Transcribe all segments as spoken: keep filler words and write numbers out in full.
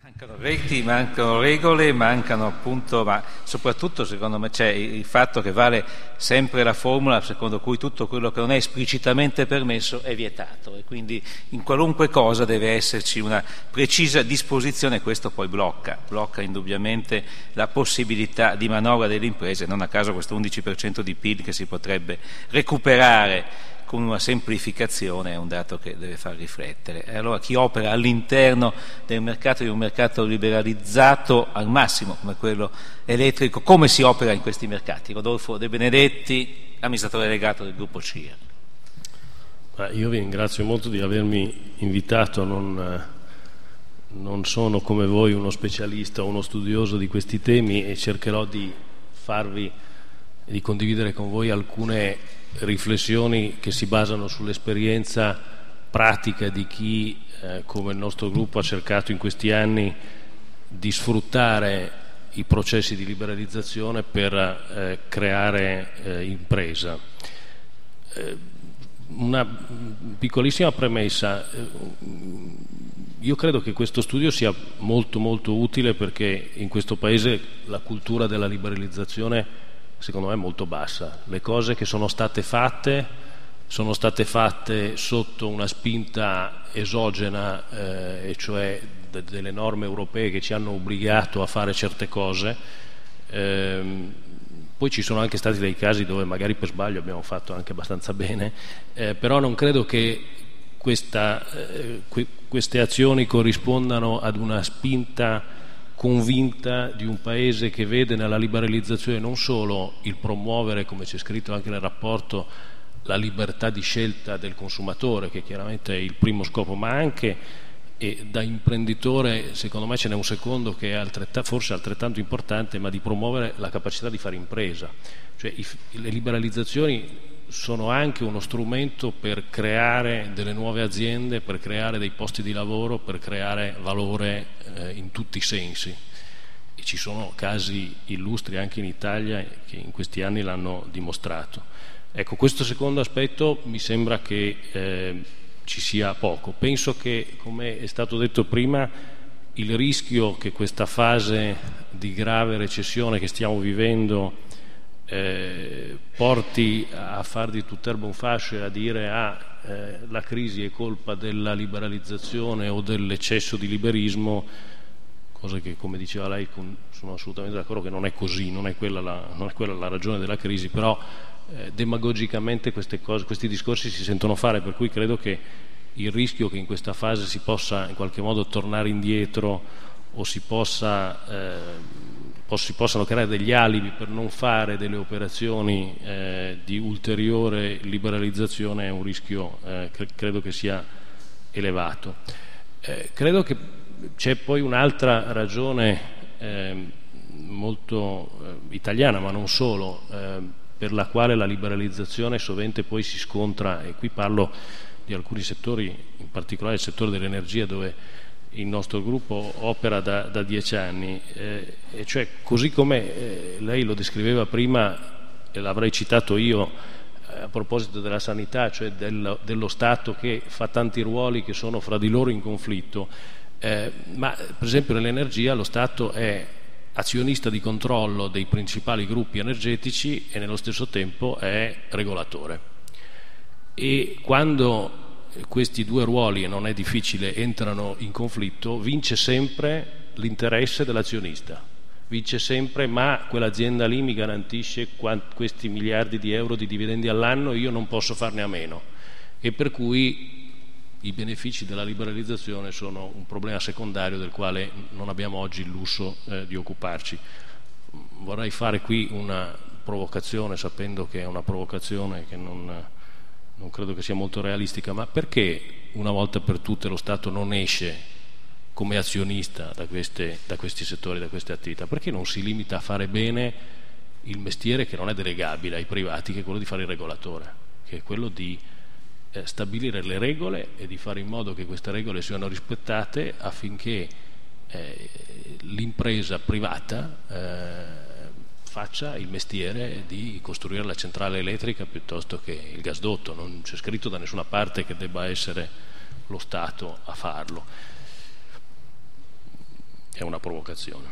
Mancano reti, mancano regole, mancano appunto, ma soprattutto secondo me c'è il fatto che vale sempre la formula secondo cui tutto quello che non è esplicitamente permesso è vietato, e quindi in qualunque cosa deve esserci una precisa disposizione, e questo poi blocca, blocca indubbiamente la possibilità di manovra delle imprese. Non a caso questo undici per cento di P I L che si potrebbe recuperare con una semplificazione è un dato che deve far riflettere. E allora chi opera all'interno del mercato, di un mercato liberalizzato al massimo come quello elettrico, come si opera in questi mercati? Rodolfo De Benedetti, amministratore delegato del gruppo C I R. Io vi ringrazio molto di avermi invitato. Non, non sono come voi uno specialista o uno studioso di questi temi e cercherò di farvi e di condividere con voi alcune riflessioni che si basano sull'esperienza pratica di chi, eh, come il nostro gruppo, ha cercato in questi anni di sfruttare i processi di liberalizzazione per eh, creare eh, impresa. Eh, una piccolissima premessa. Io credo che questo studio sia molto molto utile perché in questo Paese la cultura della liberalizzazione secondo me è molto bassa. Le cose che sono state fatte sono state fatte sotto una spinta esogena, eh, e cioè de- delle norme europee che ci hanno obbligato a fare certe cose. Eh, poi ci sono anche stati dei casi dove magari per sbaglio abbiamo fatto anche abbastanza bene, eh, però non credo che questa, eh, que- queste azioni corrispondano ad una spinta convinta di un Paese che vede nella liberalizzazione non solo il promuovere, come c'è scritto anche nel rapporto, la libertà di scelta del consumatore, che chiaramente è il primo scopo, ma anche, e da imprenditore secondo me ce n'è un secondo che è altrettanto, forse altrettanto importante, ma di promuovere la capacità di fare impresa. Cioè i, le liberalizzazioni sono anche uno strumento per creare delle nuove aziende, per creare dei posti di lavoro, per creare valore eh, in tutti i sensi. E ci sono casi illustri anche in Italia che in questi anni l'hanno dimostrato. Ecco, questo secondo aspetto mi sembra che eh, ci sia poco. Penso che, come è stato detto prima, il rischio che questa fase di grave recessione che stiamo vivendo Eh, porti a far di tutt'erba un fascio e a dire ah, eh, la crisi è colpa della liberalizzazione o dell'eccesso di liberismo, cosa che, come diceva lei, con, sono assolutamente d'accordo che non è così, non è quella la, non è quella la ragione della crisi, però eh, demagogicamente queste cose, questi discorsi si sentono fare, per cui credo che il rischio che in questa fase si possa in qualche modo tornare indietro o si possa eh, si possano creare degli alibi per non fare delle operazioni eh, di ulteriore liberalizzazione è un rischio eh, che credo che sia elevato. Eh, credo che c'è poi un'altra ragione eh, molto eh, italiana, ma non solo, eh, per la quale la liberalizzazione sovente poi si scontra, e qui parlo di alcuni settori, in particolare il settore dell'energia, dove il nostro gruppo opera da, da dieci anni, eh, e cioè così come eh, lei lo descriveva prima, e l'avrei citato io eh, a proposito della sanità, cioè del, dello Stato che fa tanti ruoli che sono fra di loro in conflitto, eh, ma per esempio nell'energia lo Stato è azionista di controllo dei principali gruppi energetici e nello stesso tempo è regolatore, e quando questi due ruoli, e non è difficile, entrano in conflitto, vince sempre l'interesse dell'azionista, vince sempre, ma quell'azienda lì mi garantisce questi miliardi di euro di dividendi all'anno, io non posso farne a meno, e per cui i benefici della liberalizzazione sono un problema secondario del quale non abbiamo oggi il lusso eh, di occuparci. Vorrei fare qui una provocazione, sapendo che è una provocazione che non non credo che sia molto realistica, ma perché una volta per tutte lo Stato non esce come azionista da, queste, da questi settori, da queste attività? Perché non si limita a fare bene il mestiere che non è delegabile ai privati, che è quello di fare il regolatore, che è quello di eh, stabilire le regole e di fare in modo che queste regole siano rispettate affinché eh, l'impresa privata eh, faccia il mestiere di costruire la centrale elettrica piuttosto che il gasdotto. Non c'è scritto da nessuna parte che debba essere lo Stato a farlo. è una provocazione.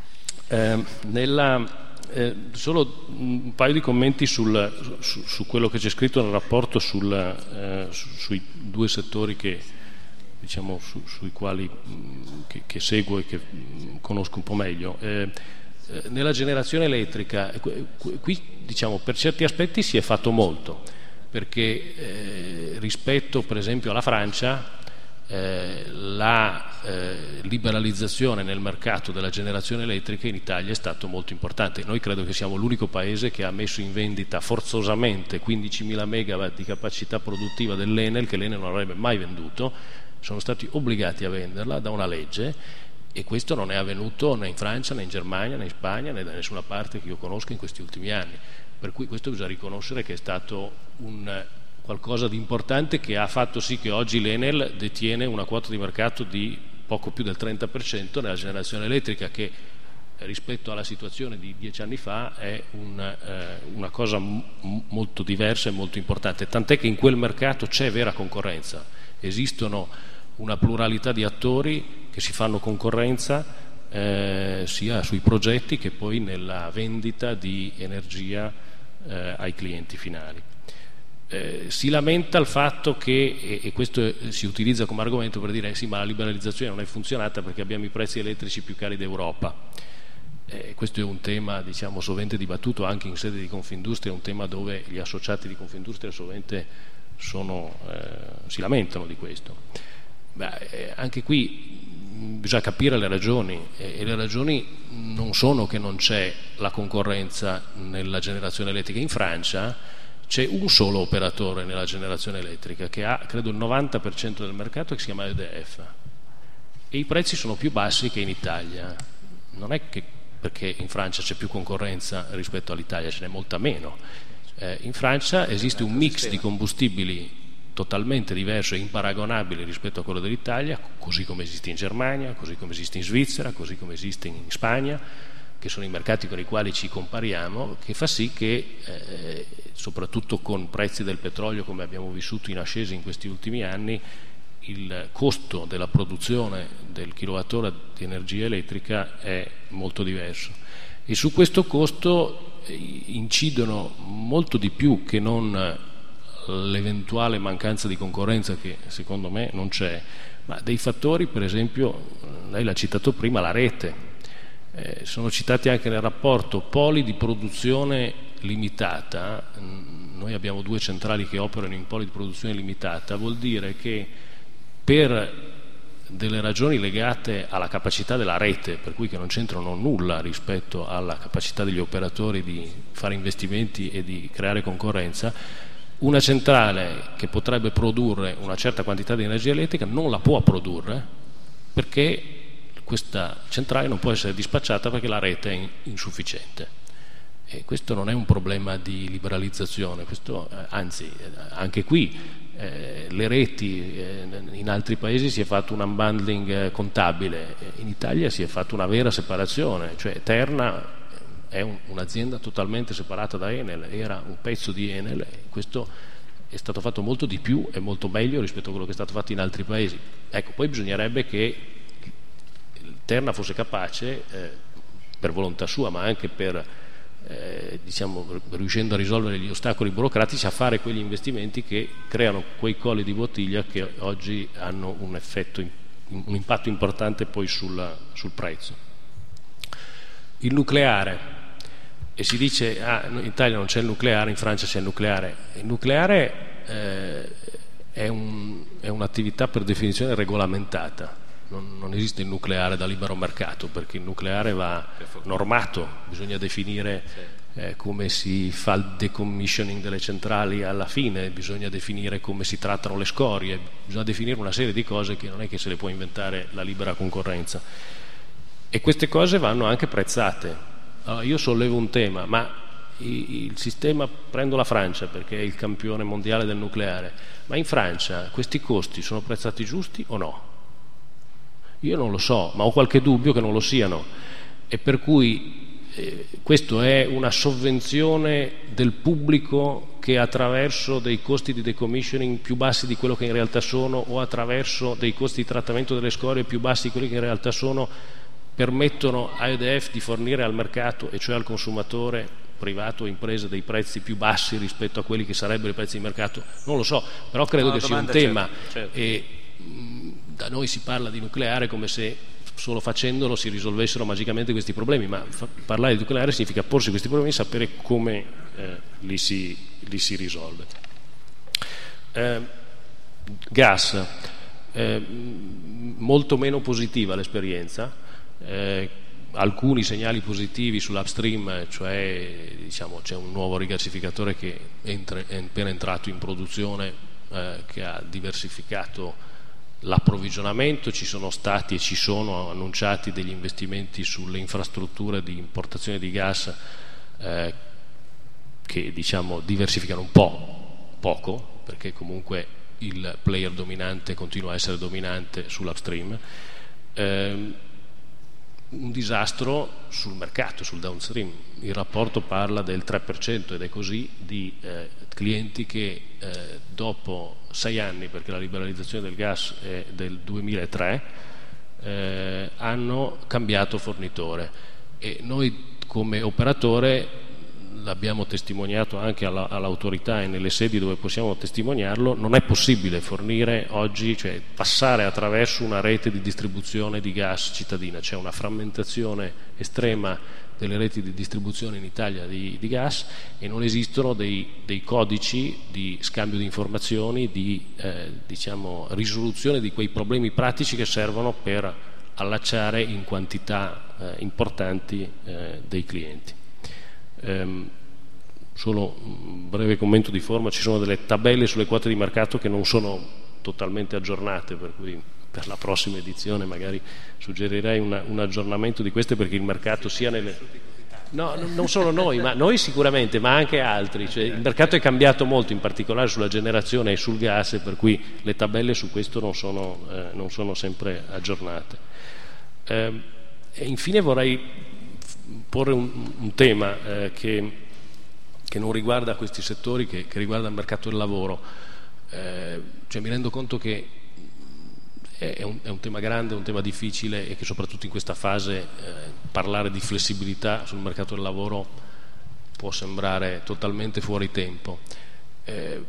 Eh, nella, eh, solo un paio di commenti sul, su, su quello che c'è scritto nel rapporto sul, eh, su, sui due settori che, diciamo, su, sui quali mh, che, che seguo e che mh, conosco un po' meglio. Eh, eh, nella generazione elettrica, qui diciamo per certi aspetti si è fatto molto, perché eh, rispetto per esempio alla Francia, Eh, la eh, liberalizzazione nel mercato della generazione elettrica in Italia è stato molto importante. Noi credo che siamo l'unico paese che ha messo in vendita forzosamente quindicimila megawatt di capacità produttiva dell'Enel, che l'Enel non avrebbe mai venduto. Sono stati obbligati a venderla da una legge, e questo non è avvenuto né in Francia, né in Germania, né in Spagna, né da nessuna parte che io conosco in questi ultimi anni. Per cui questo bisogna riconoscere che è stato un qualcosa di importante, che ha fatto sì che oggi l'Enel detiene una quota di mercato di poco più del trenta per cento nella generazione elettrica, che rispetto alla situazione di dieci anni fa è un, eh, una cosa m- molto diversa e molto importante, tant'è che in quel mercato c'è vera concorrenza, esistono una pluralità di attori che si fanno concorrenza eh, sia sui progetti che poi nella vendita di energia eh, ai clienti finali. Eh, si lamenta il fatto che, e, e questo si utilizza come argomento per dire eh sì, ma la liberalizzazione non è funzionata perché abbiamo i prezzi elettrici più cari d'Europa. Eh, questo è un tema, diciamo, sovente dibattuto anche in sede di Confindustria, è un tema dove gli associati di Confindustria sovente sono, eh, si lamentano di questo. Beh, eh, anche qui bisogna capire le ragioni, eh, e le ragioni non sono che non c'è la concorrenza nella generazione elettrica. In Francia c'è un solo operatore nella generazione elettrica che ha, credo, il novanta per cento del mercato, che si chiama E D F, e i prezzi sono più bassi che in Italia. Non è che perché in Francia c'è più concorrenza rispetto all'Italia, ce n'è molta meno. Eh, in Francia esiste un mix di combustibili totalmente diverso e imparagonabile rispetto a quello dell'Italia, così come esiste in Germania, così come esiste in Svizzera, così come esiste in Spagna, che sono i mercati con i quali ci compariamo, che fa sì che eh, soprattutto con prezzi del petrolio come abbiamo vissuto in ascesa in questi ultimi anni, il costo della produzione del kilowattora di energia elettrica è molto diverso, e su questo costo incidono molto di più che non l'eventuale mancanza di concorrenza, che secondo me non c'è, ma dei fattori, per esempio, lei l'ha citato prima, la rete. Eh, sono citati anche nel rapporto poli di produzione limitata. Noi abbiamo due centrali che operano in poli di produzione limitata. Vuol dire che per delle ragioni legate alla capacità della rete, per cui che non c'entrano nulla rispetto alla capacità degli operatori di fare investimenti e di creare concorrenza, una centrale che potrebbe produrre una certa quantità di energia elettrica non la può produrre, perché questa centrale non può essere dispacciata perché la rete è insufficiente. E questo non è un problema di liberalizzazione, questo, eh, anzi, anche qui eh, le reti, eh, in altri paesi si è fatto un unbundling eh, contabile, in Italia si è fatta una vera separazione, cioè Terna è un, un'azienda totalmente separata da Enel, era un pezzo di Enel, e questo è stato fatto molto di più e molto meglio rispetto a quello che è stato fatto in altri paesi. Ecco, poi bisognerebbe che Terna fosse capace, eh, per volontà sua, ma anche per eh, diciamo, riuscendo a risolvere gli ostacoli burocratici, a fare quegli investimenti che creano quei colli di bottiglia che oggi hanno un effetto, un impatto importante poi sul, sul prezzo. Il nucleare, e si dice ah, in Italia non c'è il nucleare, in Francia c'è il nucleare. Il nucleare eh, è, un, è un'attività per definizione regolamentata. Non, non esiste il nucleare da libero mercato, perché il nucleare va normato, bisogna definire eh, come si fa il decommissioning delle centrali alla fine, bisogna definire come si trattano le scorie, bisogna definire una serie di cose che non è che se le può inventare la libera concorrenza, e queste cose vanno anche prezzate. Allora, io sollevo un tema, ma il sistema, prendo la Francia perché è il campione mondiale del nucleare, ma in Francia questi costi sono prezzati giusti o no? Io non lo so, ma ho qualche dubbio che non lo siano, e per cui eh, questo è una sovvenzione del pubblico che attraverso dei costi di decommissioning più bassi di quello che in realtà sono, o attraverso dei costi di trattamento delle scorie più bassi di quelli che in realtà sono, permettono a E D F di fornire al mercato, e cioè al consumatore privato o imprese, dei prezzi più bassi rispetto a quelli che sarebbero i prezzi di mercato? Non lo so, però credo no, che sia un tema, certo, certo. E mh, da noi si parla di nucleare come se solo facendolo si risolvessero magicamente questi problemi, ma fa, parlare di nucleare significa porsi questi problemi e sapere come eh, li, si, li si risolve. Eh, gas, eh, molto meno positiva l'esperienza, eh, alcuni segnali positivi sull'upstream, cioè diciamo, c'è un nuovo rigassificatore che entra, è appena entrato in produzione, eh, che ha diversificato l'approvvigionamento, ci sono stati e ci sono annunciati degli investimenti sulle infrastrutture di importazione di gas eh, che diciamo diversificano un po', poco, perché comunque il player dominante continua a essere dominante sull'upstream. Eh, un disastro sul mercato, sul downstream. Il rapporto parla del tre per cento ed è così, di eh, clienti che eh, dopo sei anni, perché la liberalizzazione del gas è del duemilatré, eh, hanno cambiato fornitore, e noi come operatore l'abbiamo testimoniato anche alla, all'autorità e nelle sedi dove possiamo testimoniarlo. Non è possibile fornire oggi, cioè passare attraverso una rete di distribuzione di gas cittadina. C'è una frammentazione estrema delle reti di distribuzione in Italia di, di gas, e non esistono dei, dei codici di scambio di informazioni, di eh, diciamo, risoluzione di quei problemi pratici che servono per allacciare in quantità eh, importanti eh, dei clienti. Ehm, solo un breve commento di forma: ci sono delle tabelle sulle quote di mercato che non sono totalmente aggiornate, per cui per la prossima edizione magari suggerirei una, un aggiornamento di queste, perché il mercato sia nelle... No, non solo noi, ma noi sicuramente, ma anche altri, cioè, il mercato è cambiato molto, in particolare sulla generazione e sul gas, e per cui le tabelle su questo non sono, eh, non sono sempre aggiornate. Eh, e infine vorrei porre un, un tema eh, che, che non riguarda questi settori, che, che riguarda il mercato del lavoro. Eh, cioè, mi rendo conto che è un, è un tema grande, un tema difficile, e che soprattutto in questa fase eh, parlare di flessibilità sul mercato del lavoro può sembrare totalmente fuori tempo. Eh,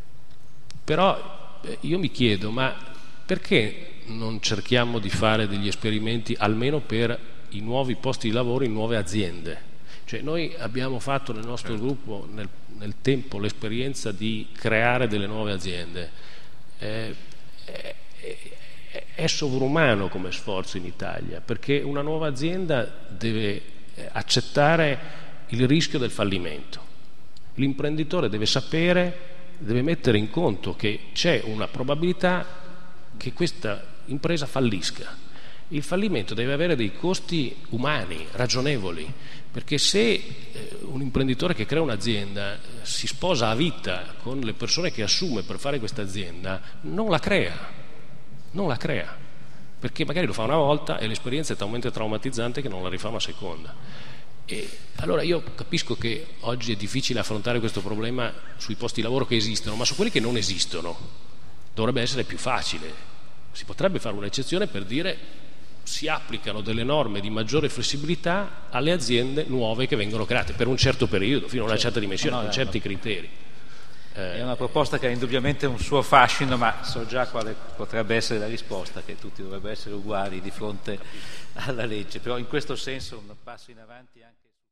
però eh, io mi chiedo, ma perché non cerchiamo di fare degli esperimenti almeno per i nuovi posti di lavoro in nuove aziende? Cioè, noi abbiamo fatto nel nostro certo. gruppo nel, nel tempo l'esperienza di creare delle nuove aziende. Eh, eh, è sovrumano come sforzo in Italia, perché una nuova azienda deve accettare il rischio del fallimento. L'imprenditore deve sapere, deve mettere in conto che c'è una probabilità che questa impresa fallisca. Il fallimento deve avere dei costi umani ragionevoli, perché se un imprenditore che crea un'azienda si sposa a vita con le persone che assume per fare questa azienda, non la crea. non la crea, perché magari lo fa una volta e l'esperienza è talmente traumatizzante che non la rifà una seconda. E allora io capisco che oggi è difficile affrontare questo problema sui posti di lavoro che esistono, ma su quelli che non esistono dovrebbe essere più facile. Si potrebbe fare un'eccezione per dire: si applicano delle norme di maggiore flessibilità alle aziende nuove che vengono create per un certo periodo, fino a una certa dimensione, no, no, con certi no. criteri. È una proposta che ha indubbiamente un suo fascino, ma so già quale potrebbe essere la risposta, che tutti dovrebbero essere uguali di fronte alla legge, però in questo senso un passo in avanti anche